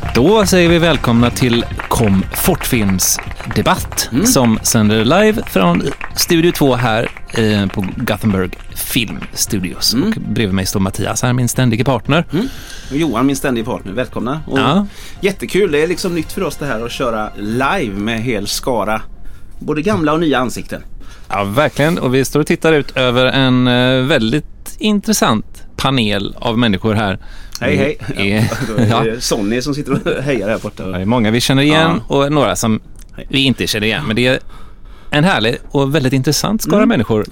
Då säger vi välkomna till Komfortfilms debatt som sänder live från Studio 2 här på Gothenburg Film Studios. Och bredvid mig står Mattias, här min ständiga partner. Johan, min ständiga partner. Välkomna. Och jättekul, det är liksom nytt för oss det här att köra live med hel skara. Både gamla och nya ansikten. Ja, verkligen. Och vi står och tittar ut över en väldigt intressant panel av människor här. Hej. Sonny som sitter och hejar här borta. Det är många vi känner igen och några som vi inte känner igen. Men det är en härlig och väldigt intressant skara människor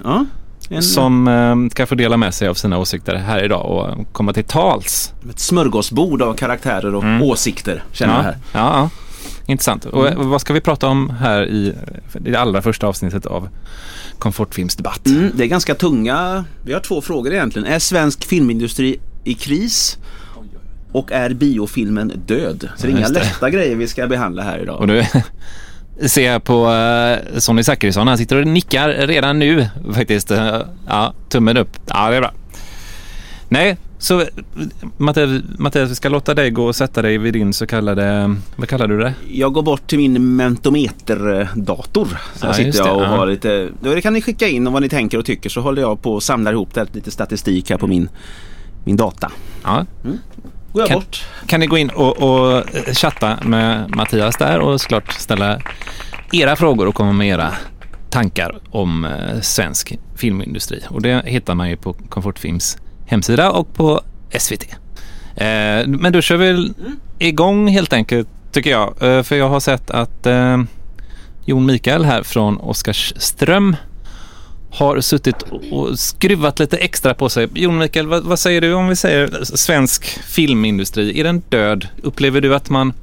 som ska få dela med sig av sina åsikter här idag och komma till tals. Ett smörgåsbord av karaktärer och åsikter känner jag här. Ja. Intressant. Och vad ska vi prata om här i det allra första avsnittet av Komfortfilms debatt? Det är ganska tunga. Vi har 2 frågor egentligen. Är svensk filmindustri i kris? Och är biofilmen död? Så det är inga lätta grejer vi ska behandla här idag. Och nu ser jag på Sonny Zachrisson. Han sitter och nickar redan nu faktiskt. Ja, tummen upp. Ja, det är bra. Nej, så Mattias, vi ska låta dig gå och sätta dig vid din så kallade, vad kallar du det? Jag går bort till min mentometerdator. Så jag sitter jag och har lite, då kan ni skicka in om vad ni tänker och tycker, så håller jag på och samlar ihop det, lite statistik här på min data. Ja. Går jag bort. Kan ni gå in och chatta med Mattias där och såklart ställa era frågor och komma med era tankar om svensk filmindustri. Och det hittar man ju på Komfortfilms hemsida och på SVT. Men då kör vi igång helt enkelt, tycker jag. För jag har sett att Jon Mikael här från Oskarström har suttit och skruvat lite extra på sig. Jon Mikael, vad säger du om vi säger svensk filmindustri? Är den död? Upplever du att man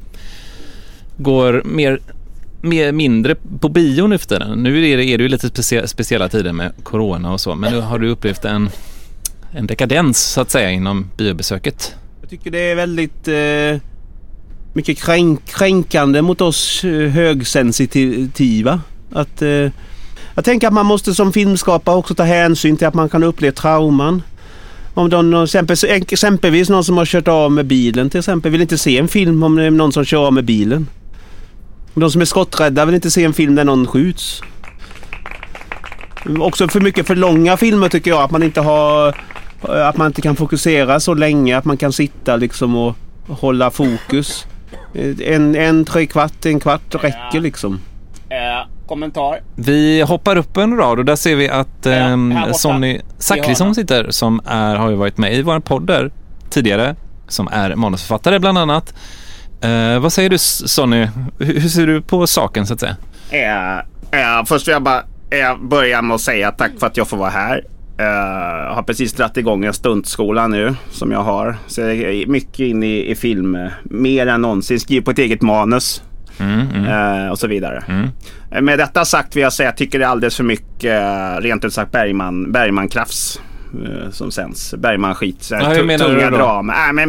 går mindre på bio nu efter den? Nu är det ju lite speciella tider med corona och så, men nu har du upplevt en dekadens så att säga inom biobesöket. Jag tycker det är väldigt mycket kränkande mot oss högsensitiva. Jag tänker att man måste som filmskapare också ta hänsyn till att man kan uppleva trauman. Om de exempelvis någon som har kört av med bilen till exempel vill inte se en film om det är någon som kör av med bilen. De som är skotträdda vill inte se en film där någon skjuts. Också för mycket för långa filmer tycker jag, att man inte kan fokusera så länge, att man kan sitta liksom och hålla fokus. En kvart räcker liksom. Kommentar. Vi hoppar upp en rad och där ser vi att Sonny Zachrisson sitter, som har ju varit med i vår podd där tidigare, som är manusförfattare bland annat. Vad säger du, Sonny? Hur ser du på saken så att säga? Först vill jag bara börja med att säga tack för att jag får vara här. Jag har precis dratt igång en stuntskola nu som jag har. Så jag är mycket inne i film, mer än någonsin. Skriver på ett eget manus. Och så vidare. Med detta sagt vill jag säga att jag tycker det är alldeles för mycket rent ut sagt Bergman-krafts som sänds. Bergman-skit. Tunga drama. Men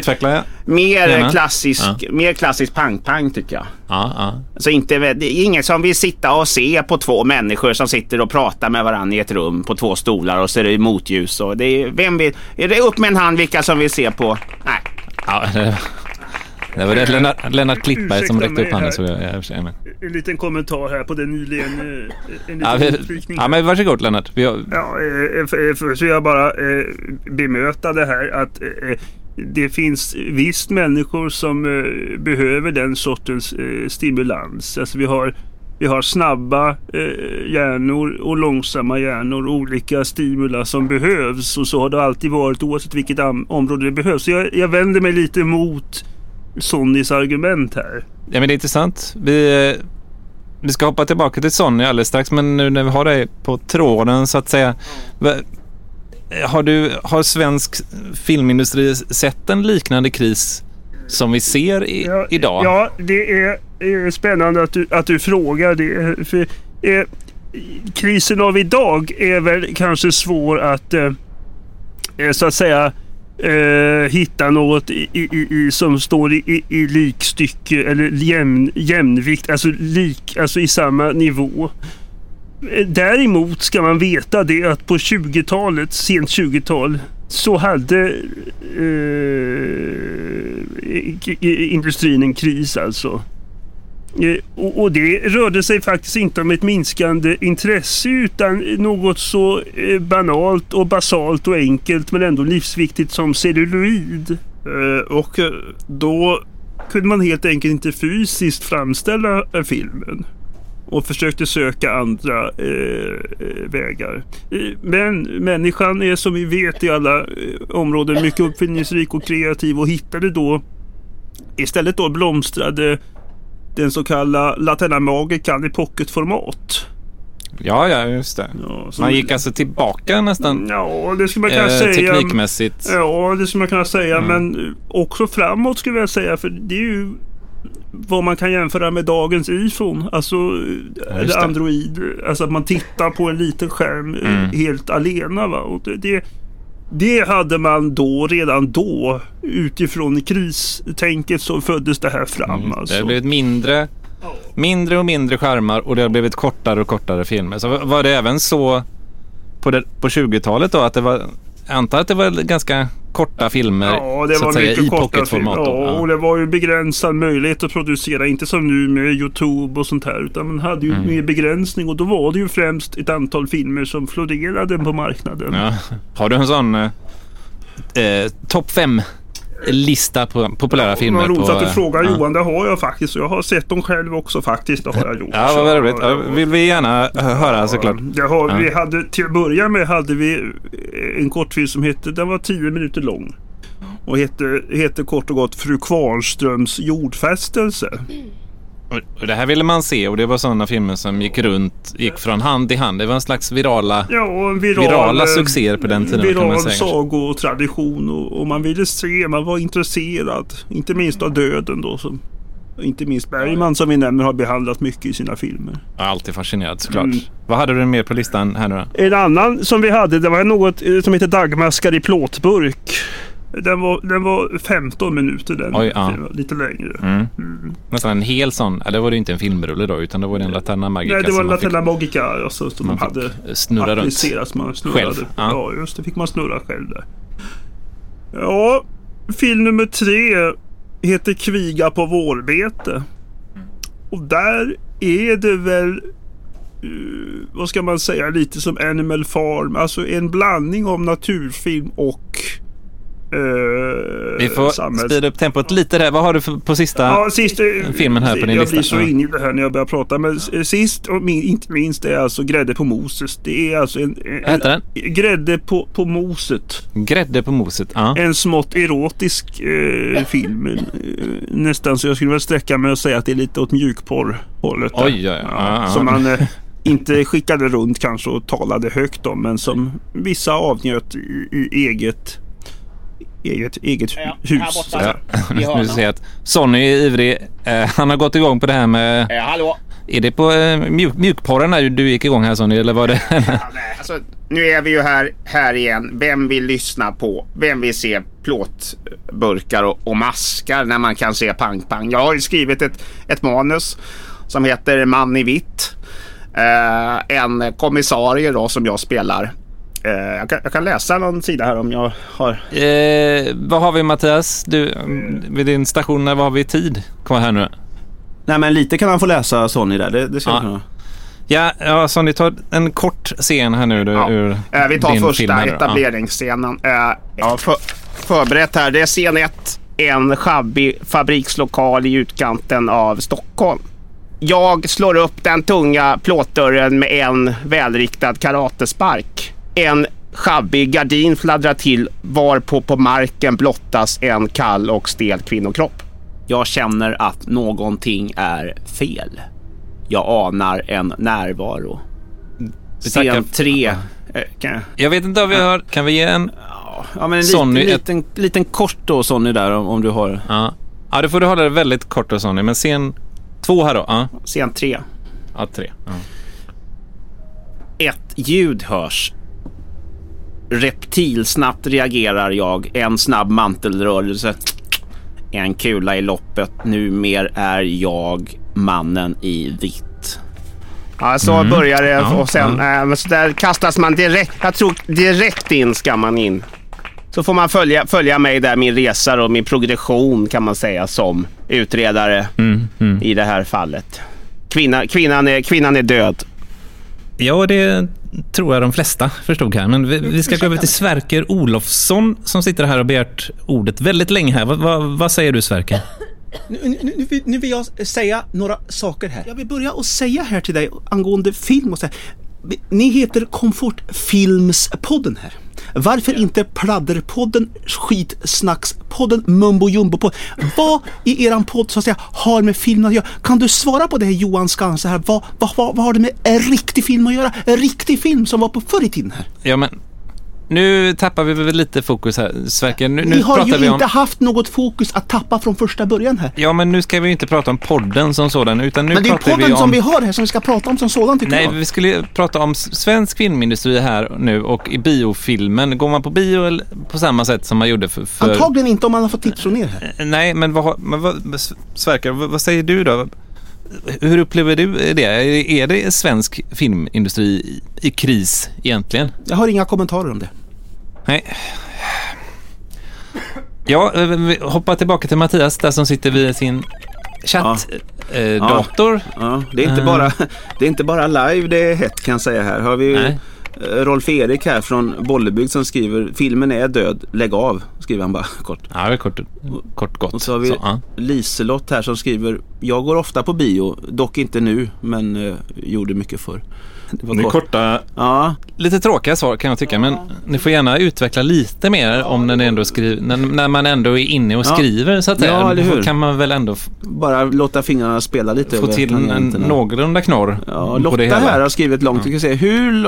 mer klassisk pang-pang tycker jag. Så det är ingen som vill sitta och se på 2 människor som sitter och pratar med varandra i ett rum på 2 stolar och så är det motljus. Och är det upp med en hand vilka som vill se på? Nej. Det var det Lennart Klippberg som räckte upp handen, så jag en liten kommentar här på den nyligen. Men varsågod Lennart. Så jag bara bemöta det här att det finns visst människor som behöver den sortens stimulans. Alltså vi har snabba hjärnor och långsamma hjärnor, olika stimula som behövs, och så har det alltid varit oavsett vilket område det behövs. Så jag vänder mig lite mot Sonnys argument här. Ja, men det är intressant. Vi ska hoppa tillbaka till Sonny alldeles strax, men nu när vi har dig på tråden så att säga, har svensk filmindustri sett en liknande kris som vi ser idag? Ja, det är spännande att du frågar det. För krisen av idag är väl kanske svår att så att säga hitta något som står i likstycke eller jämvikt, alltså i samma nivå. Däremot ska man veta det att på 20-talet, sent 20-tal, så hade industrin en kris alltså. Och det rörde sig faktiskt inte om ett minskande intresse utan något så banalt och basalt och enkelt men ändå livsviktigt som celluloid. Och då kunde man helt enkelt inte fysiskt framställa filmen och försökte söka andra vägar. Men människan är som vi vet i alla områden mycket uppfinningsrik och kreativ och hittade då istället då blomstrade den så kallade Laterna Magica i pocketformat. Ja, just det. Ja, man gick alltså tillbaka nästan det skulle man kunna säga. Teknikmässigt. Ja, det skulle man kunna säga. Men också framåt skulle jag säga. För det är ju vad man kan jämföra med dagens iPhone. Alltså eller Android. Alltså att man tittar på en liten skärm helt alena. Va? Och det hade man då, redan då, utifrån kristänket så föddes det här fram. Alltså. Det har blivit mindre och mindre skärmar och det har blivit kortare och kortare filmer. Så var det även så på 20-talet då att det var, jag antar att det var ganska korta filmer det så var att säga, i pocketformat. Och det var ju begränsad möjlighet att producera, inte som nu med YouTube och sånt här, utan man hade ju mer begränsning och då var det ju främst ett antal filmer som florerade på marknaden. Ja. Har du en sån topp 5 lista på populära filmer? Vad roligt att du frågar Johan, det har jag faktiskt och jag har sett dem själv också faktiskt, det har jag gjort. Ja, vad roligt. Vill vi gärna höra såklart. Vi hade, till att börja med hade vi en kortfilm som den var 10 minuter lång och heter kort och gott Fru Kvarnströms jordfästelse. Och det här ville man se och det var sådana filmer som gick från hand i hand. Det var en slags virala succéer på den tiden. Viral sagotradition och man ville se, man var intresserad. Inte minst av döden då. Inte minst Bergman som vi nämner har behandlat mycket i sina filmer. Jag är alltid fascinerad såklart. Vad hade du mer på listan här nu då? En annan som vi hade, det var något som heter Dagmaskar i plåtburk. Den var 15 minuter den. Oj, ja. Lite längre. Nästan en hel sån. Eller var det inte en filmrulle då utan det var en Laterna Magica. Nej, det var en Laterna Magica alltså, som man hade snurra runt. Man snurrade. Själv. Ja, just det. Fick man snurra själv där. Ja, film nummer 3 heter Kviga på vårbete. Och där är det väl vad ska man säga, lite som Animal Farm. Alltså en blandning av naturfilm och vi får speeda upp tempot lite där. Vad har du på sista filmen här på din lista? Jag blir så inne i det här när jag börjar prata. Men sist och inte minst är alltså Grädde på moset. Det är alltså vad heter den? Grädde på moset. Grädde på moset, ja. En smått erotisk film. Nästan så jag skulle väl sträcka mig och säga att det är lite åt mjukporr-hållet. Oj. Som man inte skickade runt kanske och talade högt om, men som vissa avnjöt i eget hus. Nu ser jag att Sonny är ivrig. Han har gått igång på det här med... Hallå? Är det på mjukporren när du gick igång här, Sonny? Eller var det... Alltså, nu är vi ju här igen. Vem vill lyssna på? Vem vill se plåtburkar och maskar när man kan se pang-pang? Jag har ju skrivit ett manus som heter Man i vitt. En kommissarie då som jag spelar. Jag kan läsa någon sida här om jag har... Vad har vi, Mattias? Du, vid din station, vad har vi tid kvar här nu? Nej, men lite kan man få läsa Sonny där. Det ska jag kunna. Ja, Sonny, ta en kort scen här nu. Ur vi tar första etableringsscenen. Förberett här. Det är scen 1. En schabbig fabrikslokal i utkanten av Stockholm. Jag slår upp den tunga plåtdörren med en välriktad karatespark. En schabbig gardin fladdrar till varpå på marken blottas en kall och stel kvinnokropp. Jag känner att någonting är fel. Jag anar en närvaro. Scen 3. Jag vet inte om vi har... Kan vi ge en... Ja, men en liten kort då, Sonny, där om du har... Ja, då får du hålla det väldigt kort då, Sonny. Men scen 2 här då. Ja. Scen 3. Ja, 3. Ja. Ett ljud hörs. Reptilsnabbt reagerar jag. En snabb mantelrörelse. En kula i loppet. Numer är jag mannen i vitt. Ja, så börjar det. Och sen så där kastas man direkt. Jag tror direkt in ska man in. Så får man följa mig där, min resa och min progression kan man säga som utredare i det här fallet. Kvinnan är död. Ja, det tror jag de flesta förstod här. Men vi ska gå över till Sverker Olofsson som sitter här och begärt ordet väldigt länge här. Vad säger du, Sverker? Nu vill jag säga några saker här. Jag vill börja och säga här till dig angående film och så här. Ni heter Komfortfilmspodden här. Varför inte Pladderpodden, Skitsnackspodden, Mumbo Jumbo-podden? Vad i eran podd så att säga har med film att göra? Kan du svara på det här, Johan Skanse här? Vad har det med en riktig film att göra? En riktig film som var på förr i tiden här. Ja, men nu tappar vi väl lite fokus här, Sverker. Ni har ju inte haft något fokus att tappa från första början här. Ja, men nu ska vi inte prata om podden som sådan, utan nu men det är pratar podden vi om... som vi har här som vi ska prata om som sådan, tycker jag. Nej, vi skulle prata om svensk filmindustri här nu och i biofilmen. Går man på bio på samma sätt som man gjorde för... Antagligen inte om man har fått tips från er här. Nej, men Sverker, vad säger du då? Hur upplever du det? Är det svensk filmindustri i kris egentligen? Jag har inga kommentarer om det. Nej. Ja, vi hoppar tillbaka till Mattias där som sitter vid sin chattdator. Ja, det är inte bara live det är hett, kan jag säga här. Har vi Rolf Erik här från Bollebygd som skriver: filmen är död, lägg av, skriver han bara kort. Ja, det är kort gott. Och så har vi Liselott här som skriver: jag går ofta på bio, dock inte nu, men gjorde mycket förr. Det var korta, lite tråkiga svar kan jag tycka, men ni får gärna utveckla lite mer om när, ni ändå när man ändå är inne och skriver så att då kan man väl ändå bara låta fingrarna spela lite, få till en någorlunda knorr. Ja, Lotta här har skrivit långt. Du kan se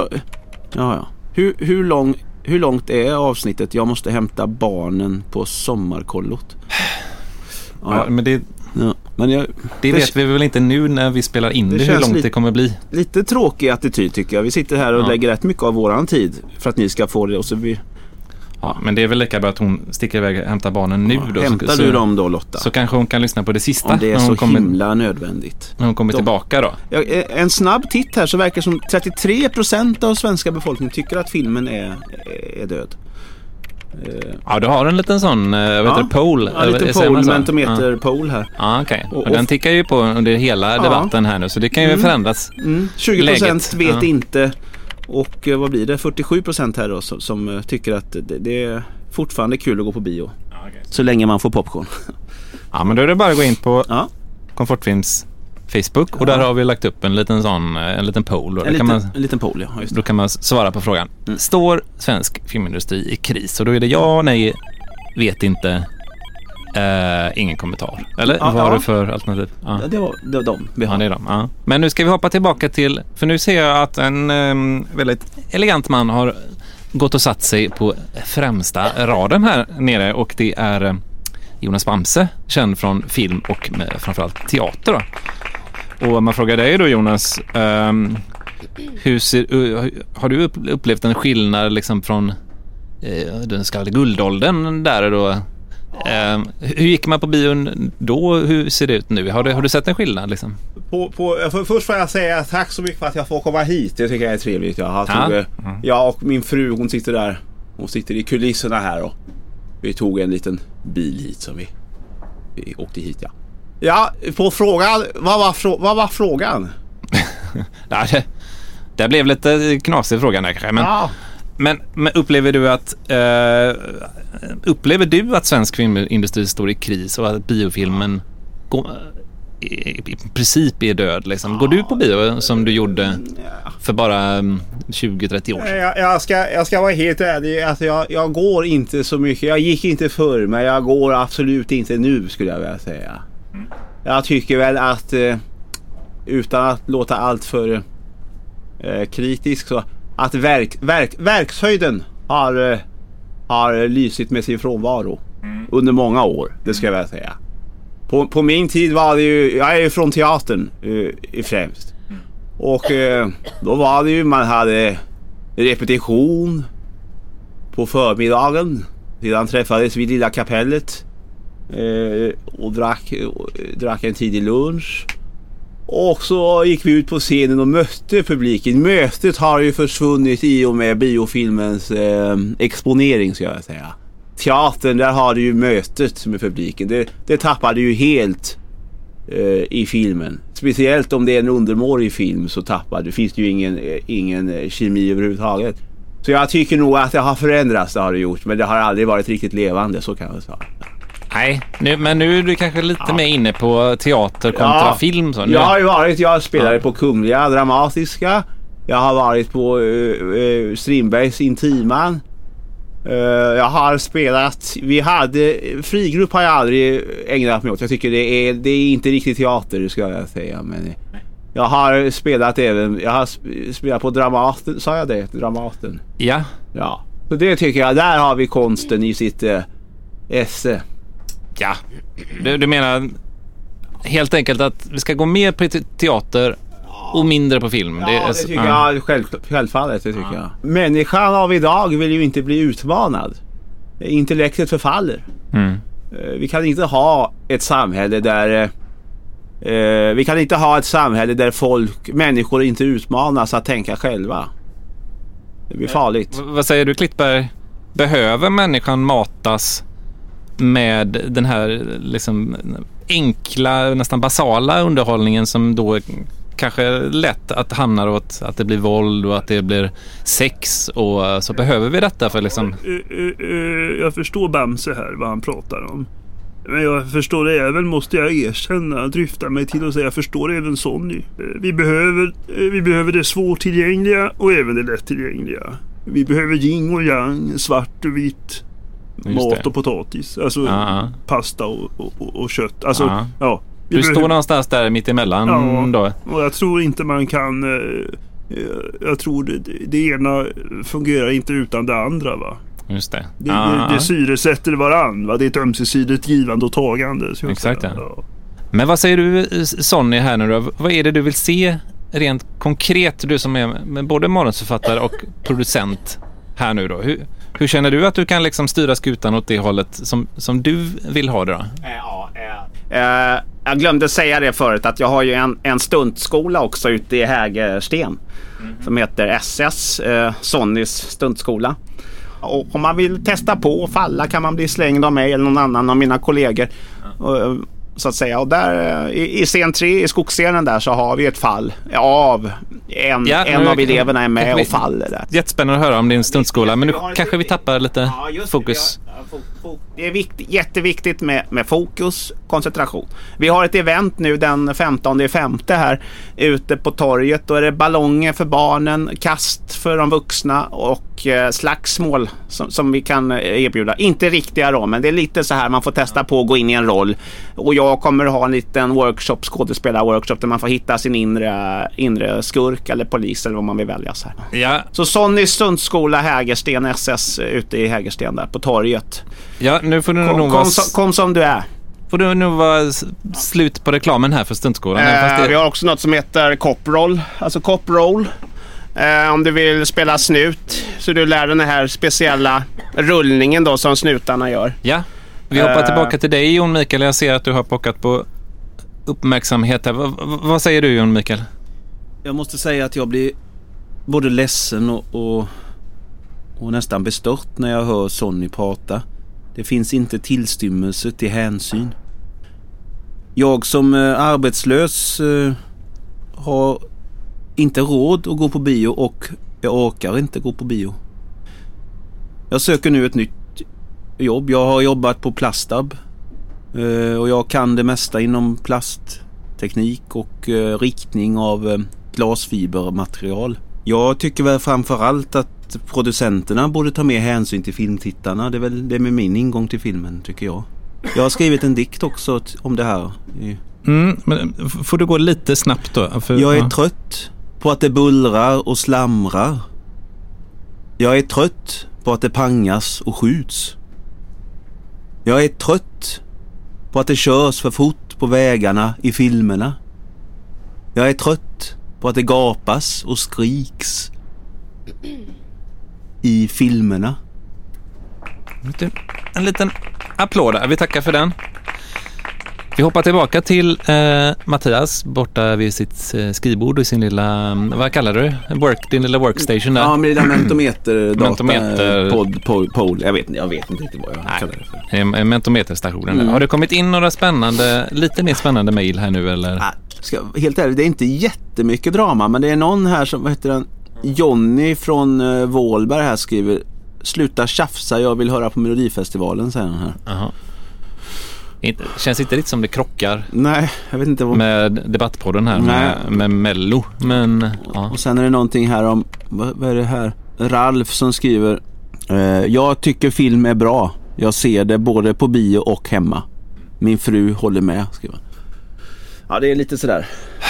hur långt är avsnittet? Jag måste hämta barnen på sommarkollot. Ja, men det... Ja, men det vet vi väl inte nu när vi spelar in det hur långt det kommer bli. Lite tråkig attityd tycker jag. Vi sitter här och lägger rätt mycket av våran tid för att ni ska få det. Och så men det är väl lika bra att hon sticker iväg och hämtar barnen nu. Då, hämtar du dem då, Lotta? Så kanske hon kan lyssna på det sista. Om det är så himla nödvändigt. När hon kommer tillbaka då. Ja, en snabb titt här så verkar som 33% av svenska befolkningen tycker att filmen är död. Ja, du har en liten sån poll. Ja, lite poll, mentometer poll här. Ja, okej. Och den tickar ju på under hela debatten här nu, så det kan ju förändras. 20% vet inte. Och vad blir det? 47% här då som tycker att det är fortfarande kul att gå på bio. Så länge man får popcorn. Ja, men då är det bara att gå in på Komfortfilms Facebook och där har vi lagt upp en liten poll. En liten poll, ja. Just det. Då kan man svara på frågan. Står svensk filmindustri i kris? Och då är det ja, nej, vet inte, ingen kommentar. Eller vad har du för alternativ? Ja. Det var de vi har. Ja, det är de. Ja. Men nu ska vi hoppa tillbaka till, för nu ser jag att en väldigt elegant man har gått och satt sig på främsta raden här nere, och det är Jonas Bamse, känd från film och framförallt teater då. Och man frågar dig då, Jonas, har du upplevt en skillnad liksom från den så kallade guldåldern där då? Hur gick man på bion då? Hur ser det ut nu? Har du sett en skillnad liksom? Först får jag säga tack så mycket för att jag får komma hit. Det tycker jag är trevligt. Jag och min fru, hon sitter där. Hon sitter i kulisserna här och vi tog en liten bil hit som vi åkte hit, ja. Ja, på frågan, vad var frågan? Det blev lite knasig frågan där kanske, men upplever du att svensk filmindustri står i kris och att biofilmen i princip är död liksom? Går du på bio som du gjorde för bara 20-30 år sedan? Jag ska vara helt ärlig, alltså jag går inte så mycket. Jag gick inte förr, men jag går absolut inte nu, skulle jag vilja säga. Jag tycker väl att utan att låta allt för kritisk, så att verkshöjden har lysit med sin frånvaro under många år, det ska jag väl säga. På min tid var det ju, jag är ju från teatern i främst. Och då var det ju, man hade repetition på förmiddagen. Sedan träffades vi i lilla kapellet och drack en tidig lunch. Och så gick vi ut på scenen och mötte publiken. Mötet har ju försvunnit i och med biofilmens exponering, ska jag säga. teatern, där har du ju mötet med publiken. Det tappar du ju helt i filmen. Speciellt om det är en undermålig film så finns det ju ingen kemi överhuvudtaget. Så jag tycker nog att det har förändrats, det har det gjort. Men det har aldrig varit riktigt levande, så kan jag säga. Nej, men nu är du kanske lite mer inne på teater kontra film. Så nu. Jag spelade på Kungliga Dramatiska. Jag har varit på Strindbergs Intiman. Jag har spelat... Frigrupp har jag aldrig ägnat mig åt. Jag tycker det är inte riktigt teater, ska jag säga. Men jag har spelat även... Jag har spelat på Dramaten. Sa jag det? Dramaten. Ja. Ja. Så det tycker jag, där har vi konsten i sitt esse. Ja. Du menar helt enkelt att vi ska gå mer på teater och mindre på film. Ja, det tycker jag självfallet. Det tycker jag. Människan av idag vill ju inte bli utmanad. Intellektet förfaller. Vi kan inte ha ett samhälle där människor inte utmanas att tänka själva. Det blir farligt. Vad säger du, Klittberg? Behöver människan matas med den här liksom enkla, nästan basala underhållningen som då kanske är lätt att hamna åt att det blir våld och att det blir sex, och så behöver vi detta för liksom... Jag förstår Bamse här, vad han pratar om. Men jag förstår det även, måste jag erkänna, dryfta mig till att säga, jag förstår även Sonny. Vi behöver det svårtillgängliga och även det lättillgängliga. Vi behöver yin och yang, svart och vitt, mat och potatis. Alltså pasta och kött. Alltså, ja. Du står någonstans där mitt emellan då. Och jag tror inte man kan... Jag tror det ena fungerar inte utan det andra, va? Just det. Det syresätter varann, va? Det är ett ömsesidigt givande och tagande. Exakt, ja. Men vad säger du, Sonny, här nu då? Vad är det du vill se rent konkret, du som är både manusförfattare och producent här nu då? Hur känner du att du kan liksom styra skutan åt det hållet som du vill ha det då? Jag glömde säga det förut, att jag har ju en stuntskola också ute i Hägersten som heter SS, Sonnys stuntskola. Och om man vill testa på och falla kan man bli slängd av mig eller någon annan av mina kollegor. Så att säga. Och där i scen 3 i skogsscenen där så har vi ett fall av en av eleverna är med och faller där. Jättespännande att höra om din stuntskola, men nu kanske vi tappar lite fokus. Det är jätteviktigt med fokus, koncentration. Vi har ett event nu den 15/5 här ute på torget. Då är det ballonger för barnen, kast för de vuxna och slagsmål som vi kan erbjuda. Inte riktiga då, men det är lite så här man får testa på att gå in i en roll. Och jag kommer ha en liten skådespelarworkshop där man får hitta sin inre skurk eller polis eller vad man vill välja så här. Ja. Så Sonnys stuntskola Hägersten SS ute i Hägersten där på torget. Ja, nu får du kom som du är. Får du nog vara slut på reklamen här för stuntskolan. Vi har också något som heter Coproll. Alltså Coproll. Om du vill spela snut så du lär den här speciella rullningen då som snutarna gör. Ja, vi hoppar tillbaka till dig, Jon Mikael. Jag ser att du har pockat på uppmärksamhet här. Vad säger du, Jon Mikael? Jag måste säga att jag blir både ledsen och nästan bestört när jag hör Sonny prata. Det finns inte tillstymmelse till hänsyn. Jag som arbetslös har inte råd att gå på bio och jag orkar inte gå på bio. Jag söker nu ett nytt jobb. Jag har jobbat på Plastab och jag kan det mesta inom plastteknik och riktning av glasfibermaterial. Jag tycker väl framförallt att producenterna borde ta mer hänsyn till filmtittarna. Det är väl det med min ingång till filmen, tycker jag. Jag har skrivit en dikt också om det här. Men får du gå lite snabbt då? Jag är trött på att det bullrar och slamrar. Jag är trött på att det pangas och skjuts. Jag är trött på att det körs för fort på vägarna i filmerna. Jag är trött på att det gapas och skriks i filmerna. En liten applåd där. Vi tackar för den. Vi hoppar tillbaka till Mattias borta vid sitt skrivbord och sin lilla, vad kallar du? Din lilla workstation där. Ja, med lilla mentometer-pole. Jag vet inte riktigt vad jag kallar det för. Mentometerstationen. Har det kommit in några lite mer spännande mejl här nu eller? Helt ärligt, det är inte jättemycket drama, men det är någon här som, vad heter den? Jonny från Vålberg här skriver: sluta tjafsa, jag vill höra på Melodifestivalen, säger han här. Aha. Känns inte riktigt som det krockar. Nej, jag vet inte vad. Med debattpodden här med Mello, men ja. Och sen är det någonting här om, vad är det här? Ralf som skriver: jag tycker film är bra. Jag ser det både på bio och hemma. Min fru håller med, skriver. Ja, det är lite sådär.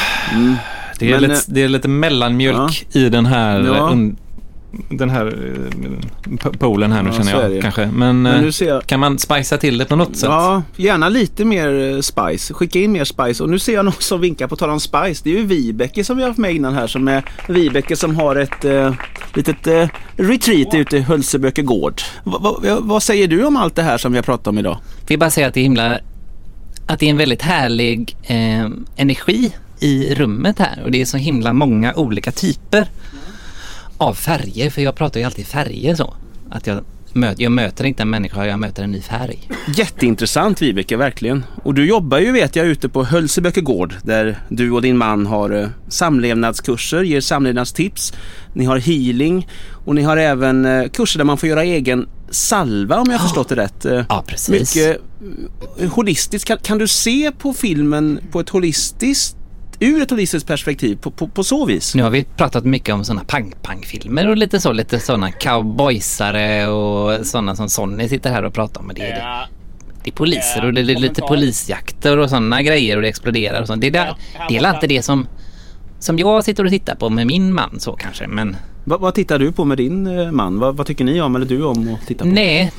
Det är lite mellanmjölk i den här den här poolen här nu, känner jag kanske. Men nu kan man spicea till det på något sätt? Ja, gärna lite mer spice. Skicka in mer spice. Och nu ser jag någon som vinkar på tal om spice. Det är ju Vibeke som vi har haft med innan här, som är Vibeke som har ett litet retreat ute i Hölseböke gård. Vad säger du om allt det här som vi har pratat om idag? Vi bara säger att det är en väldigt härlig energi i rummet här, och det är så himla många olika typer av färger, för jag pratar ju alltid färger så. Att jag möter inte en människa, jag möter en ny färg. Jätteintressant, Vibeke, verkligen. Och du jobbar ju, vet jag, ute på Hölseböke gård, där du och din man har samlevnadskurser, ger samlevnadstips. Ni har healing och ni har även kurser där man får göra egen salva, om jag har förstått det rätt. Ja, precis. Mycket holistiskt. Kan du se på filmen på ett ur ett holistiskt perspektiv på så vis? Nu har vi pratat mycket om sådana pang-pang-filmer och lite sådana cowboysare och sådana som Sonny sitter här och pratar om. Men det är poliser och det är lite polisjakter och sådana grejer, och det exploderar och sånt. Det är inte det som jag sitter och tittar på med min man så kanske, men... Vad tittar du på med din man? Vad tycker ni om, eller du om att titta på? Nej,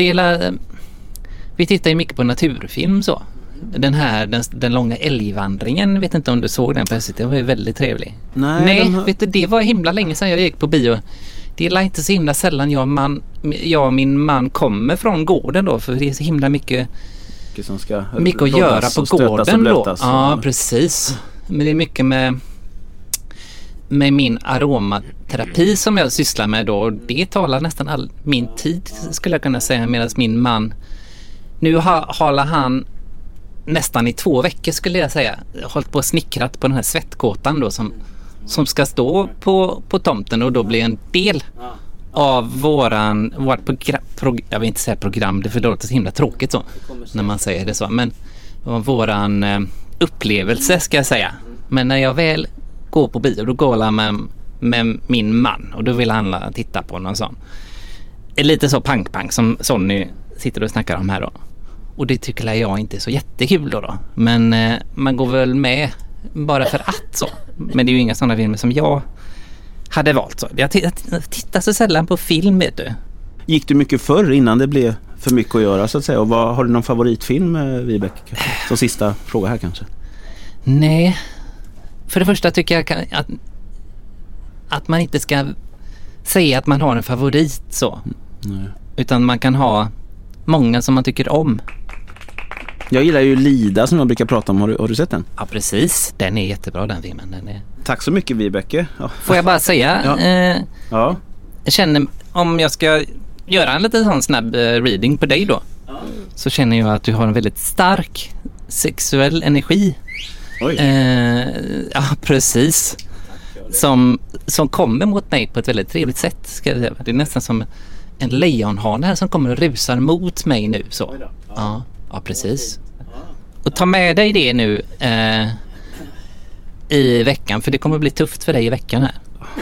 vi tittar ju mycket på naturfilm så. Den långa älgvandringen, vet inte om du såg den plötsligt, det var ju väldigt trevlig. Nej, vet du, det var himla länge sedan jag gick på bio. Det är inte så himla sällan jag och min man kommer från gården då, för det är så himla mycket att göra på gården då. Ja, precis. Men det är mycket med min aromaterapi som jag sysslar med då, och det talar nästan all min tid, skulle jag kunna säga, medan min man nu håller han nästan i 2 veckor, skulle jag säga, hållit på och snickrat på den här svettkåtan då som ska stå på tomten och då bli en del av vårt program, jag vill inte säga program, det låter så himla tråkigt så när man säger det så, men våran upplevelse, ska jag säga. Men när jag väl går på bio, då går jag med min man, och då vill han titta på någon sån lite så pang-pang som Sonny sitter och snackar om här då. Och det tycker jag inte är så jättekul då. Men man går väl med bara för att så. Men det är ju inga sådana filmer som jag hade valt så. Jag tittar så sällan på film, vet du. Gick du mycket förr innan det blev för mycket att göra, så att säga? Och har du någon favoritfilm, Vibeke? Som sista fråga här kanske. Nej. För det första tycker jag att man inte ska säga att man har en favorit så. Nej. Utan man kan ha många som man tycker om. Jag gillar ju Lida som jag brukar prata om. Har du sett den? Ja, precis. Den är jättebra, den filmen. Tack så mycket, Vibeke. Ja. Får jag bara säga? Jag känner, om jag ska göra en liten sån snabb reading på dig då, så känner jag att du har en väldigt stark sexuell energi. Oj. Ja, precis. Som kommer mot mig på ett väldigt trevligt sätt, ska jag säga. Det är nästan som en lejonhane här som kommer och rusar mot mig nu så. Ja, precis. Och ta med dig det nu i veckan, för det kommer bli tufft för dig i veckan här.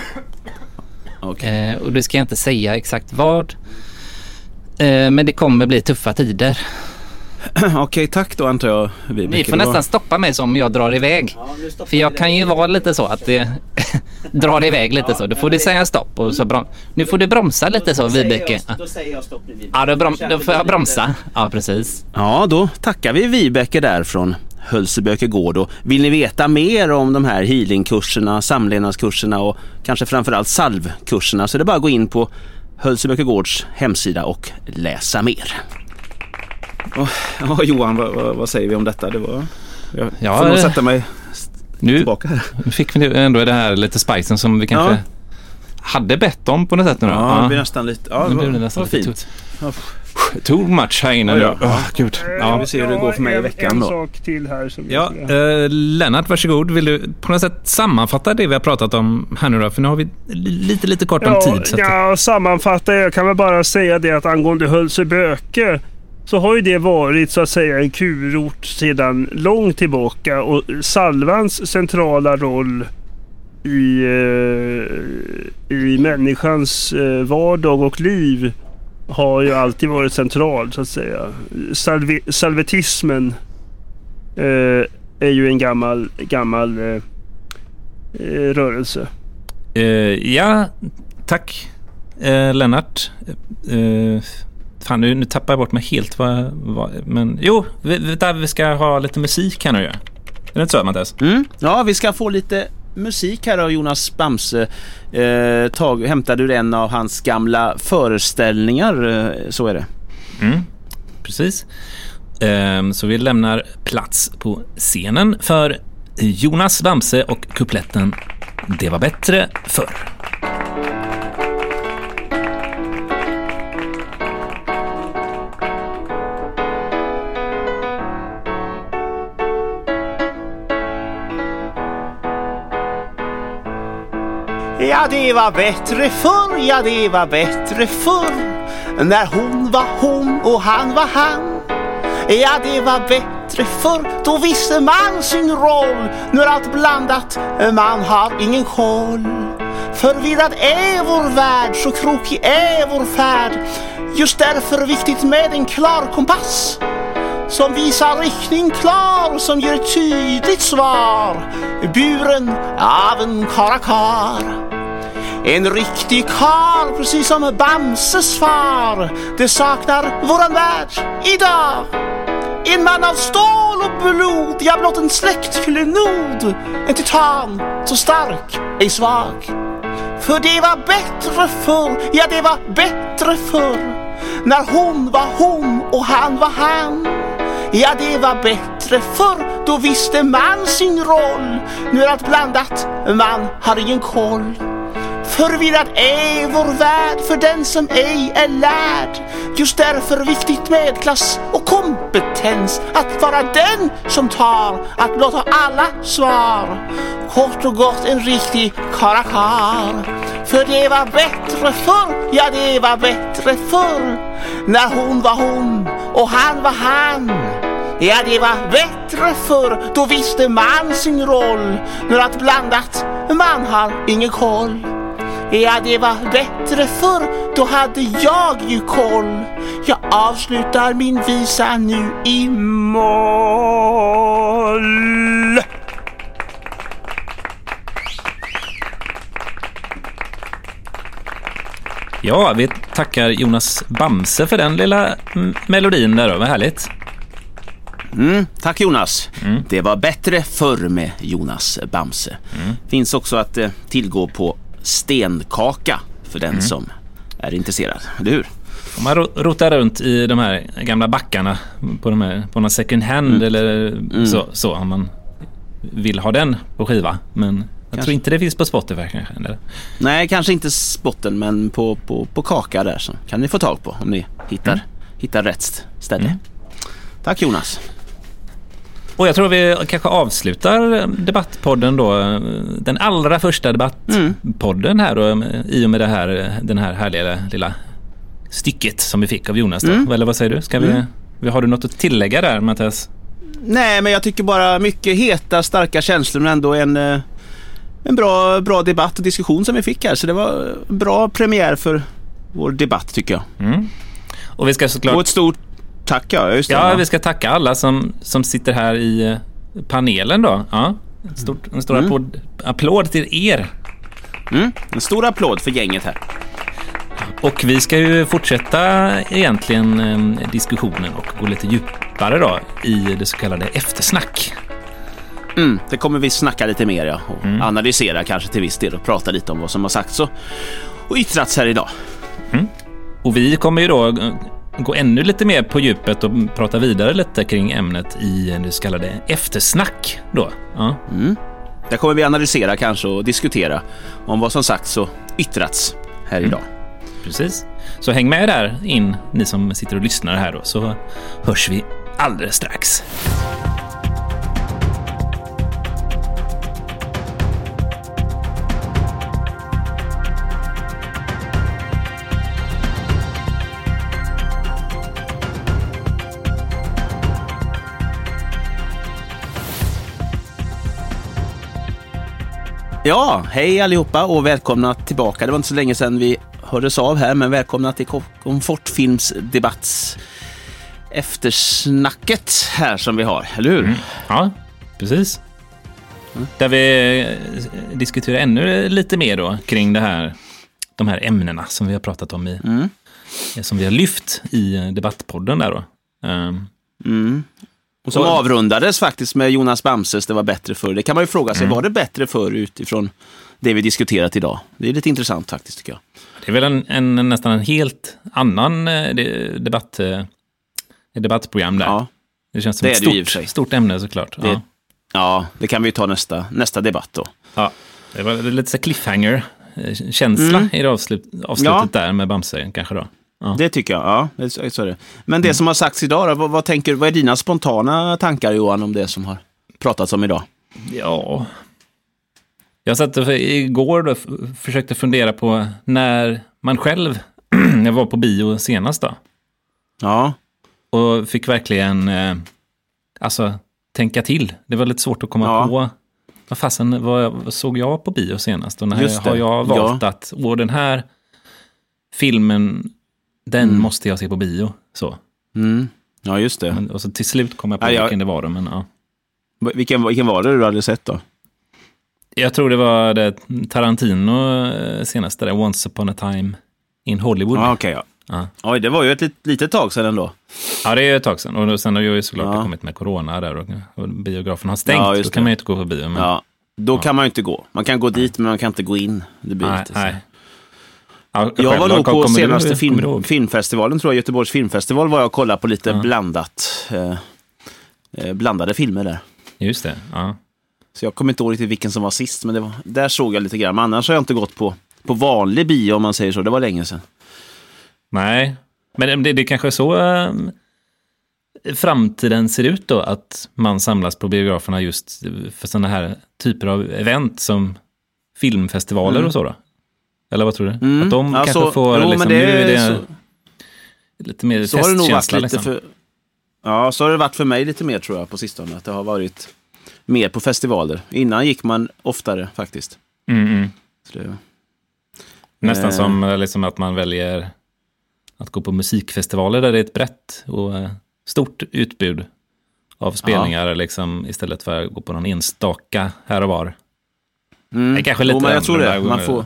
Okay. Och det ska jag inte säga exakt vad. Men det kommer bli tuffa tider. Okej, tack då, antar jag, Vibeke. Ni får nästan stoppa mig som jag drar iväg. För jag kan ju vara lite så att det drar iväg lite så. Då får du säga stopp. Och så nu får du bromsa lite så, Vibeke. Då säger jag stopp, Vibeke. Ja, då får jag bromsa. Ja, precis. Ja, då tackar vi Vibeke där från Hölseböke gård. Och vill ni veta mer om de här healingkurserna, samlevnadskurserna och kanske framförallt salvkurserna, så är det bara att gå in på Hölseböke gårds hemsida och läsa mer. Ja, Johan, vad säger vi om detta? Det var... Jag får nog sätta mig tillbaka här. Nu fick vi ändå det här lite spicen som vi kanske hade bett om på något sätt nu då. Ja, det blir nästan lite... Ja, det blev nästan lite fint. Too much här inne nu. Gud. Ja, vi ser hur det går för mig i veckan då. En sak till här som Lennart, varsågod. Vill du på något sätt sammanfatta det vi har pratat om här nu då? För nu har vi lite kort om tid. Så sammanfatta. Jag kan väl bara säga det att angående Hölseböke så har ju det varit så att säga en kurort sedan långt tillbaka, och Salvans centrala roll i människans vardag och liv har ju alltid varit central, så att säga. Salvetismen är ju en gammal rörelse. Ja, tack Lennart. Fan, nu tappar jag bort mig helt. Men jo, vi ska ha lite musik här nu. Är det inte så, Mattias? Ja, vi ska få lite musik här av Jonas Bamse. Hämtade du en av hans gamla föreställningar, så är det. Precis. Så vi lämnar plats på scenen för Jonas Bamse och kupletten Det var bättre förr. Ja, det var bättre förr, ja det var bättre förr, när hon var hon och han var han. Ja, det var bättre förr, då visste man sin roll. Nu är allt blandat, man har ingen koll. Förvirrad är vår värld, så krokig är vår färd. Just därför viktigt med en klar kompass som visar riktning klar, som ger tydligt svar. Buren av en karakar. En riktig kar, precis som Bamses far. Det saknar våran värld idag. En man av stål och blod, ja blott en släktklenod. En titan, så stark, ej svag. För det var bättre förr, ja det var bättre förr, när hon var hon och han var han. Ja, det var bättre förr, då visste man sin roll. Nu är allt blandat, man har ingen koll. Förvirrad är vår värld för den som ej är lärd. Just därför viktigt med klass och kompetens, att vara den som tar, att blott ha alla svar. Kort och gott en riktig karakar. För det var bättre förr, ja det var bättre förr, när hon var hon och han var han. Ja, det var bättre förr, då visste man sin roll. Nu är allt blandat, man har ingen koll. Ja, det var bättre förr, då hade jag ju koll. Jag avslutar min visa nu i moll. Ja, vi tackar Jonas Bamse för den lilla melodin där då, vad härligt. Tack Jonas. Det var bättre förr med Jonas Bamse. Finns också att tillgå på Stenkaka för den som är intresserad, eller hur? Om man rotar runt i de här gamla backarna på någon second hand eller så om man vill ha den på skiva, men jag tror inte det finns på Spotify kanske, eller? Nej, kanske inte spotten, men på Kaka där så kan ni få tag på om ni hittar rätt ställe. Tack Jonas. Och jag tror vi kanske avslutar debattpodden då, den allra första debattpodden här då, i och med den här härliga lilla stycket som vi fick av Jonas då. Eller vad säger du? Ska har du något att tillägga där, Mattias? Nej, men jag tycker bara mycket heta, starka känslor, men ändå en bra debatt och diskussion som vi fick här. Så det var bra premiär för vår debatt, tycker jag. Och vi ska såklart... Och ett stort tack, just det. Ja, vi ska tacka alla som sitter här i panelen då. Ja, en stor applåd till er. En stor applåd för gänget här. Och vi ska ju fortsätta egentligen diskussionen och gå lite djupare då i det så kallade eftersnack. Det kommer vi snacka lite mer, ja. Och analysera kanske till viss del och prata lite om vad som har sagts och yttrats här idag. Och vi kommer ju då gå ännu lite mer på djupet och prata vidare lite kring ämnet i det så kallade eftersnack då. Ja. Där kommer vi analysera kanske och diskutera om vad som sagts och yttrats här idag. Precis. Så häng med där in, ni som sitter och lyssnar här då, så hörs vi alldeles strax. Ja, hej allihopa och välkomna tillbaka. Det var inte så länge sedan vi hördes av här, men välkomna till Komfortfilmsdebatts eftersnacket här som vi har, eller hur? Ja, precis. Där vi diskuterar ännu lite mer då kring de här ämnena som vi har pratat om som vi har lyft i debattpodden där då. Och som avrundades faktiskt med Jonas Bamses Det var bättre förr. Det kan man ju fråga sig, var det bättre förr utifrån det vi diskuterat idag? Det är lite intressant faktiskt tycker jag. Det är väl nästan en helt annan debattprogram där. Ja, det känns som ett stort ämne såklart. Det kan vi ju ta nästa debatt då. Ja, det var lite så cliffhanger-känsla i det avslutet där med Bamse kanske då. Ja. Det tycker jag, så är det. Men det som har sagts idag, vad är dina spontana tankar Johan om det som har pratats om idag? Ja, jag satt igår då försökte fundera på när man själv, jag var på bio senast då. Ja. Och fick verkligen tänka till. Det var lite svårt att komma på vad såg jag på bio senast och när har jag valt att den här filmen den måste jag se på bio. Så. Ja, just det. Och så till slut kom jag på vilken det var då, men ja. Vilken var det du hade sett då? Jag tror det var det Tarantino senaste där, Once upon a time in Hollywood. Okej. Oj, det var ju ett litet tag sedan ändå. Ja, det är ett tag sedan. Och sen har ju såklart kommit med corona där och biografen har stängt. Då kan man ju inte gå på bio. Men... Ja, då kan man ju inte gå. Man kan gå dit, men man kan inte gå in. Det blir lite så. Jag var nog på senaste filmfestivalen, tror jag, Göteborgs filmfestival, var jag och kollade på lite blandade filmer där. Just det, ja. Så jag kommer inte ihåg riktigt vilken som var sist, men där såg jag lite grann. Men annars har jag inte gått på vanlig bio om man säger så, det var länge sedan. Nej, men det kanske är så framtiden ser ut då, att man samlas på biograferna just för sådana här typer av event som filmfestivaler och så då. Eller vad tror du? Att de kanske får liksom, nu är det lite mer så festkänsla liksom. Så har det varit för mig lite mer tror jag på sistone. Att det har varit mer på festivaler. Innan gick man oftare faktiskt. Så det, nästan som liksom att man väljer att gå på musikfestivaler där det är ett brett och stort utbud av spelningar liksom, istället för att gå på någon enstaka här och var. Det kanske lite men jag tror det. Man får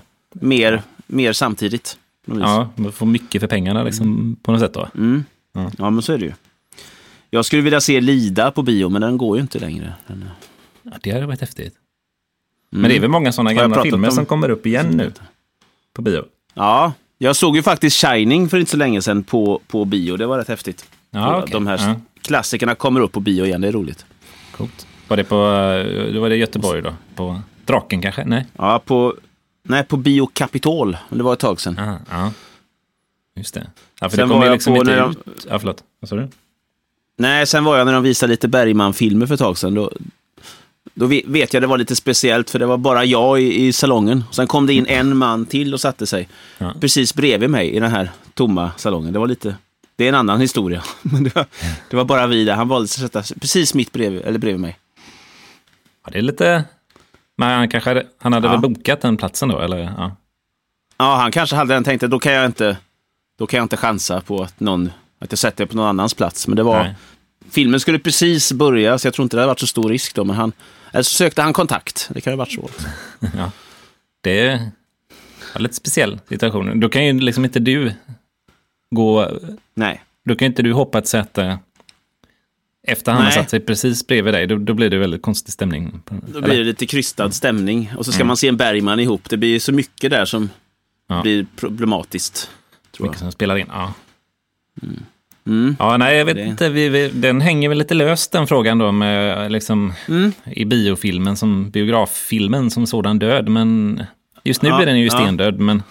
mer samtidigt. Ja, man får mycket för pengarna liksom, på något sätt då. Ja, men så är det ju. Jag skulle vilja se Lida på bio, men den går ju inte längre. Ja, det hade varit häftigt. Men det är väl många sådana gamla filmer som kommer upp igen nu på bio. Ja, jag såg ju faktiskt Shining för inte så länge sedan på bio. Det var rätt häftigt. Ja, okay. De här klassikerna kommer upp på bio igen, det är roligt. Coolt. Var det Göteborg då? På Draken kanske? Nej. Ja, på Bio Capitol. Det var ett tag sedan. Ja. Just det. Ja, för sen det kom ju liksom inte ut. Ja, förlåt. Vad sa du? Nej, sen var jag när de visade lite Bergman-filmer för ett tag sedan. Då vet jag det var lite speciellt, för det var bara jag i salongen. Sen kom det in en man till och satte sig precis bredvid mig i den här tomma salongen. Det är en annan historia. Men det var bara vi där. Han valde att sätta sig precis mitt bredvid mig. Ja, det är lite... Men han hade väl bokat den platsen då, eller? Ja, han kanske hade den tänkt att då kan jag inte chansa på att jag sätter på någon annans plats. Men det var... Nej. Filmen skulle precis börja, så jag tror inte det hade varit så stor risk då. Men så sökte han kontakt. Det kan ju ha varit så. Ja, det är lite speciell situation. Då kan ju liksom inte du gå... Nej. Då kan inte du hoppa ett säte efter han har satt sig precis bredvid dig. Då blir det väldigt konstig stämning. Då blir det lite krystad stämning. Och så ska man se en Bergman ihop. Det blir så mycket där som blir problematiskt. Tror mycket som spelar in, Ja, nej, jag vet inte. Den hänger väl lite löst, den frågan då, med liksom i biofilmen som biograffilmen som sådan död. Men just nu är den ju stendöd. Men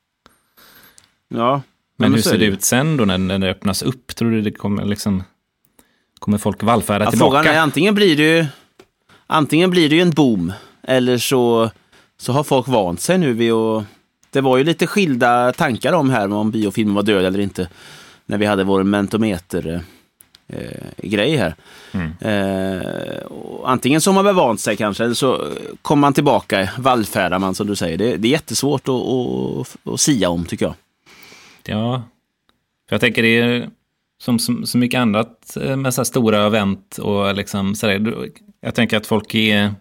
hur ser det ut sen då när det öppnas upp? Tror du det kommer liksom... Kommer folk vallfärda tillbaka? Frågan är, antingen blir det ju en boom, eller så har folk vant sig nu vid att... Det var ju lite skilda tankar om biofilmen var död eller inte, när vi hade vår mentometer-grej här. Antingen så har man väl vant sig kanske, eller så kommer man tillbaka, vallfärdar man som du säger. Det är jättesvårt att sia om, tycker jag. Ja, för jag tänker det är... Som så mycket annat med så här stora event och liksom så där, jag tänker att folk är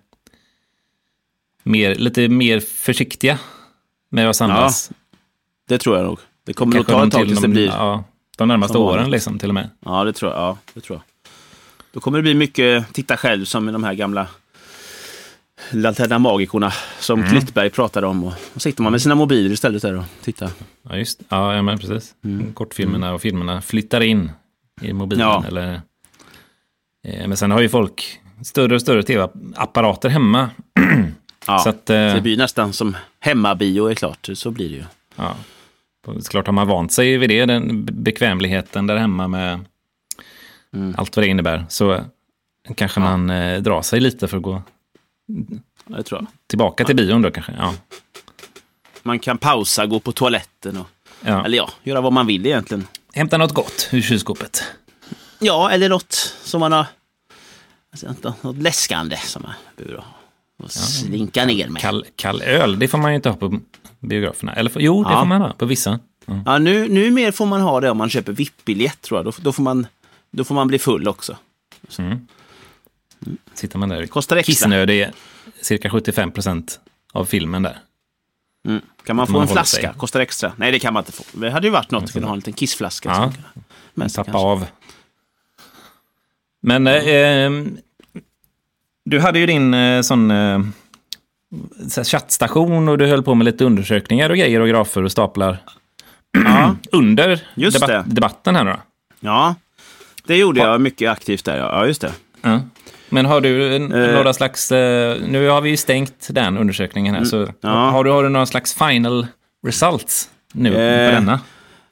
lite mer försiktiga med att samlas. Ja, det tror jag nog. Det kommer nog ta ett tag tills det blir... Ja, de närmaste åren liksom till och med. Ja, det tror jag. Då kommer det bli mycket titta själv, som i de här gamla Lanterna Magikorna som Klittberg pratade om. Och sitter man med sina mobiler istället där och tittar. Ja, just. Ja, men precis. Kortfilmerna och filmerna flyttar in i mobilen. Ja. Eller, men sen har ju folk större och större tv-apparater hemma. Ja, så att, det blir nästan som hemmabio, är klart. Så blir det ju. Ja, såklart har man vant sig vid det. Den bekvämligheten där hemma med allt vad det innebär. Så kanske man drar sig lite för att gå... Jag tror. Tillbaka till bion då kanske, ja. Man kan pausa, gå på toaletten och eller göra vad man vill egentligen. Hämta något gott ur kylskåpet. Ja, eller något som man har, alltså, något läskande som man behöver ha och slinka ner med. Kall öl, det får man ju inte ha på biograferna. Eller det får man ha på vissa. Ja, nu mer får man ha det om man köper VIP-biljett, tror jag. Då får man bli full också. Sitter man där. Kostar extra. Kissnöd är cirka 75% av filmen där. Kan man få en flaska? Kostar extra? Nej, det kan man inte få. Det hade ju varit något att kunna ha en liten kissflaska. Men tappa av. Men du hade ju din sån chattstation och du höll på med lite undersökningar och grejer och grafer och staplar under debatten här då. Ja, det gjorde jag mycket aktivt där. Ja, just det. Ja. Men har du några slags... nu har vi ju stängt den undersökningen här. Så har du några slags final results nu på denna?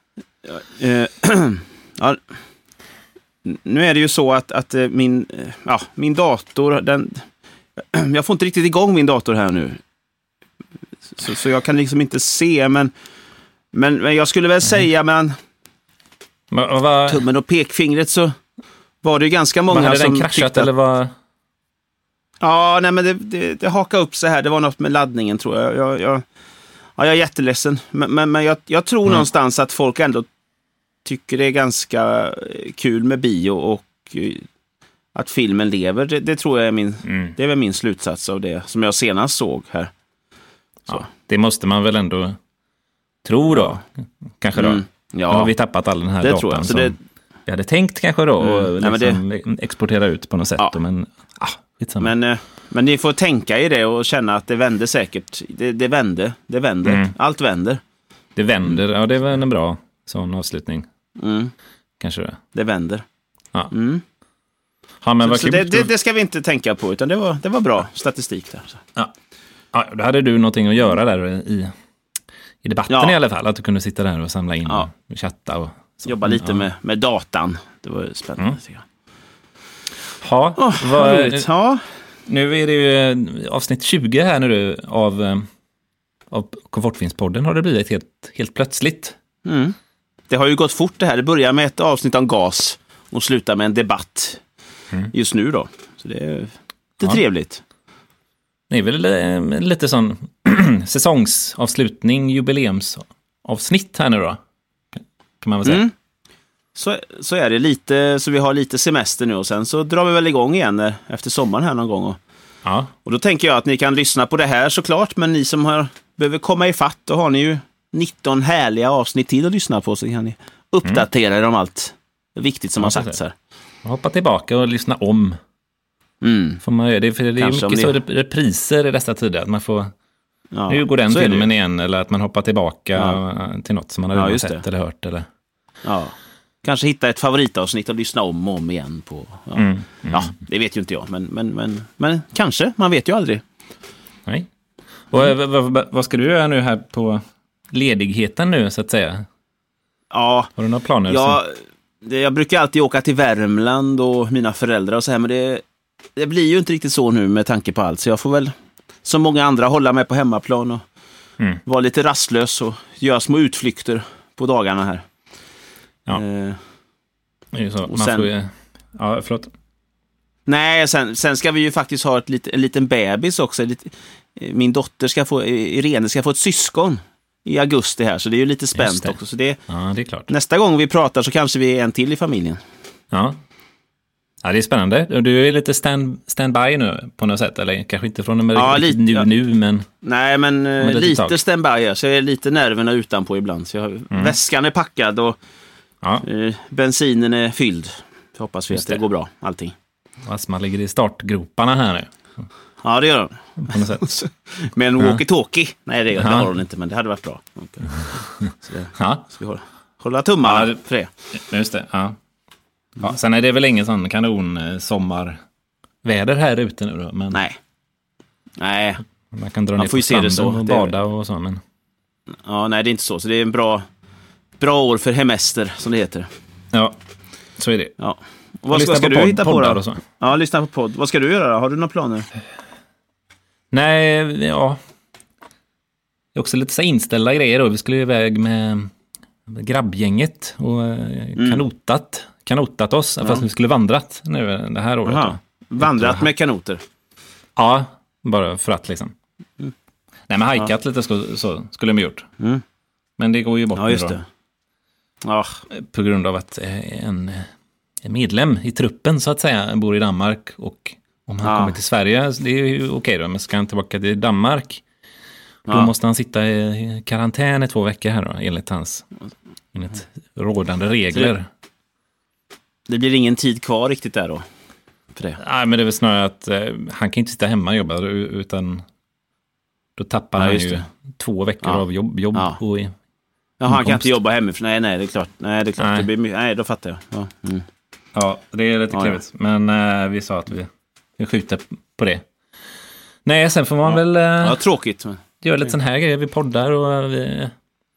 Nu är det ju så att min dator... jag får inte riktigt igång min dator här nu. Så jag kan liksom inte se. Men jag skulle väl säga tummen och pekfingret så... Var det ju ganska många hade som den kraschat eller vad? Ja, nej, men det hakade upp så här. Det var något med laddningen, tror jag. Jag är jätteledsen. Men jag tror någonstans att folk ändå tycker det är ganska kul med bio och att filmen lever. Det tror jag är det är väl min slutsats av det som jag senast såg här. Så. Ja, det måste man väl ändå tro då. Kanske då. Nu har vi tappat all den här datan tror jag. Så som vi hade tänkt kanske då och exportera ut på något sätt. Men ni får tänka i det och känna att det vände säkert. Det vände. Allt vänder. Det vänder, ja det är väl en bra sån avslutning. Kanske det. Det vänder. Ja. Ja, men så det ska vi inte tänka på, utan det var bra statistik där. Så. Ja, då hade du någonting att göra där i debatten i alla fall. Att du kunde sitta där och samla in och chatta och så. Jobba lite med datan. Det var spännande. Nu är det ju avsnitt 20 här nu av Komfortfilmspodden har det blivit helt plötsligt. Det har ju gått fort det här. Det börjar med ett avsnitt om gas och slutar med en debatt just nu då. Så det är trevligt. Det är väl lite sån säsongsavslutning, jubileumsavsnitt här nu då. Kan man väl säga. Så är det lite, så vi har lite semester nu och sen så drar vi väl igång igen efter sommaren här någon gång. Och då tänker jag att ni kan lyssna på det här såklart, men ni som behöver komma i fatt, då har ni ju 19 härliga avsnitt till att lyssna på, så kan ni uppdatera er om allt viktigt som har sagts här. Hoppa tillbaka och lyssna om. Får man göra det, för det är mycket så repriser i dessa tider, att man får nu går den filmen igen, eller att man hoppar tillbaka till något som man har sett eller hört. Eller. kanske hitta ett favoritavsnitt och lyssna om och om igen på. Ja, ja det vet ju inte jag, men kanske, man vet ju aldrig. Nej. Och vad ska du göra nu här på ledigheten nu så att säga? Ja. Har du några planer? Jag brukar alltid åka till Värmland och mina föräldrar och så här, men det blir ju inte riktigt så nu med tanke på allt. Så jag får väl, som många andra, hålla mig på hemmaplan och vara lite rastlös och göra små utflykter på dagarna här. Ja, det är ju så. Man får ju... Ja, förlåt. Nej, sen ska vi ju faktiskt ha en liten bebis också. Min dotter Irene ska få ett syskon i augusti här, så det är ju lite spänt också. Så det är klart. Nästa gång vi pratar så kanske vi är en till i familjen. Ja. Ja, det är spännande. Du är lite standby nu på något sätt, eller kanske inte från nu, men... Nej, men lite standby, så jag är lite nerverna utanpå ibland. Så väskan är packad och bensinen är fylld. Så hoppas vi att det går bra, allting. Alltså, man ligger i startgroparna här nu. Ja, det gör de. På något sätt. Men walkie-talkie? Nej, det har hon inte, men det hade varit bra. Okay. Så vi hålla tummarna för det. Just det, ja. Sen är det väl ingen sån kanon sommarväder här ute nu då, men... Nej. Man kan dra ner på stranden och bada och så, men... Ja, nej, det är inte så. Så det är en bra år för hemester, som det heter. Ja, så är det. Ja. Och vad ska du hitta på då? Och så. Ja, lyssna på podd. Vad ska du göra då? Har du några planer? Nej, ja. Det är också lite så inställda grejer då. Vi skulle iväg med grabbgänget och kanotat oss. Fast vi skulle vandrat nu det här året. Aha. Vandrat med kanoter? Ja, bara för att liksom. Nej, men hajkat lite så skulle de gjort. Men det går ju bort just det. På grund av att en medlem i truppen så att säga bor i Danmark, och om han kommer till Sverige, det är ju okej då, men ska han tillbaka till Danmark då måste han sitta i karantän i 2 veckor här då, enligt rådande regler. Det blir ingen tid kvar riktigt där då för det. Nej, men det är väl snarare att han kan inte sitta hemma och jobba, utan då tappar han ju 2 veckor av jobb och han kan inte jobba hemifrån. Nej, det är klart. Nej, det är klart. Nej, då fattar jag. Ja, det är lite klurigt. Men vi sa att vi skjuter på det. Nej, sen får man väl... tråkigt. Göra lite sån här grejer. Vi poddar och vi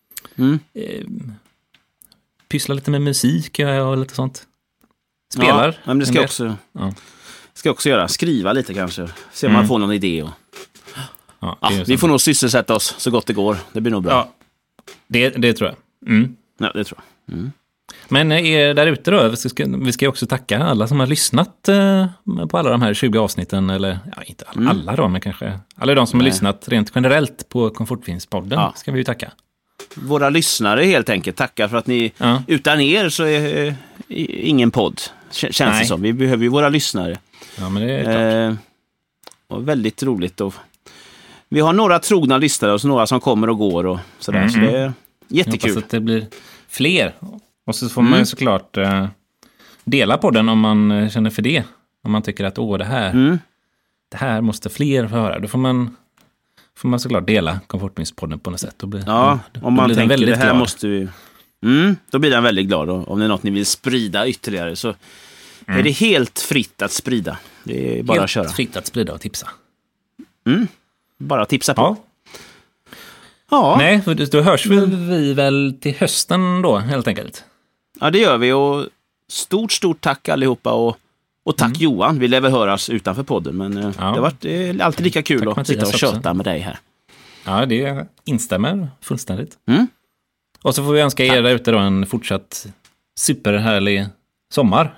pysslar lite med musik och lite sånt. Spelar. Ja, men det ska jag också göra. Skriva lite kanske. Se om man får någon idé. Vi får nog sysselsätta oss så gott det går. Det blir nog bra. Ja, det tror jag. Ja, det tror jag. Men där ute då, vi ska också tacka alla som har lyssnat på alla de här 20 avsnitten, eller inte alla då, men kanske alla de som har lyssnat rent generellt på Komfortfilmspodden ska vi ju tacka. Våra lyssnare helt enkelt, tackar för att ni, utan er så är ingen podd, känns det som. Vi behöver ju våra lyssnare. Ja, men det är klart. Och väldigt roligt. Vi har några trogna lyssnare och så några som kommer och går och sådär, så det är jättekul. Jag hoppas att det blir fler. Och så får man ju såklart dela på den om man känner för det. Om man tycker att det här måste fler få höra. Då får man såklart dela Komfortfilmspodden på något sätt. Om man tänker det här glad. Måste vi... då blir den väldigt glad. Om det är något ni vill sprida ytterligare så är det helt fritt att sprida. Det är bara helt att köra. Helt fritt att sprida och tipsa. Bara tipsa på. Ja. Nej, då hörs vi väl till hösten då, helt enkelt. Ja, det gör vi, och stort tack allihopa, och tack Johan. Vi lär väl höras utanför podden, men det är alltid lika kul att sitta och köta med dig här. Ja, det instämmer fullständigt. Och så får vi önska er där ute då en fortsatt superhärlig sommar.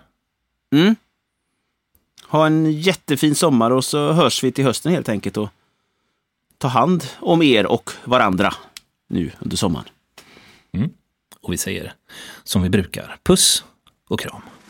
Ha en jättefin sommar, och så hörs vi till hösten helt enkelt, och ta hand om er och varandra nu under sommaren. Och vi säger som vi brukar, puss och kram.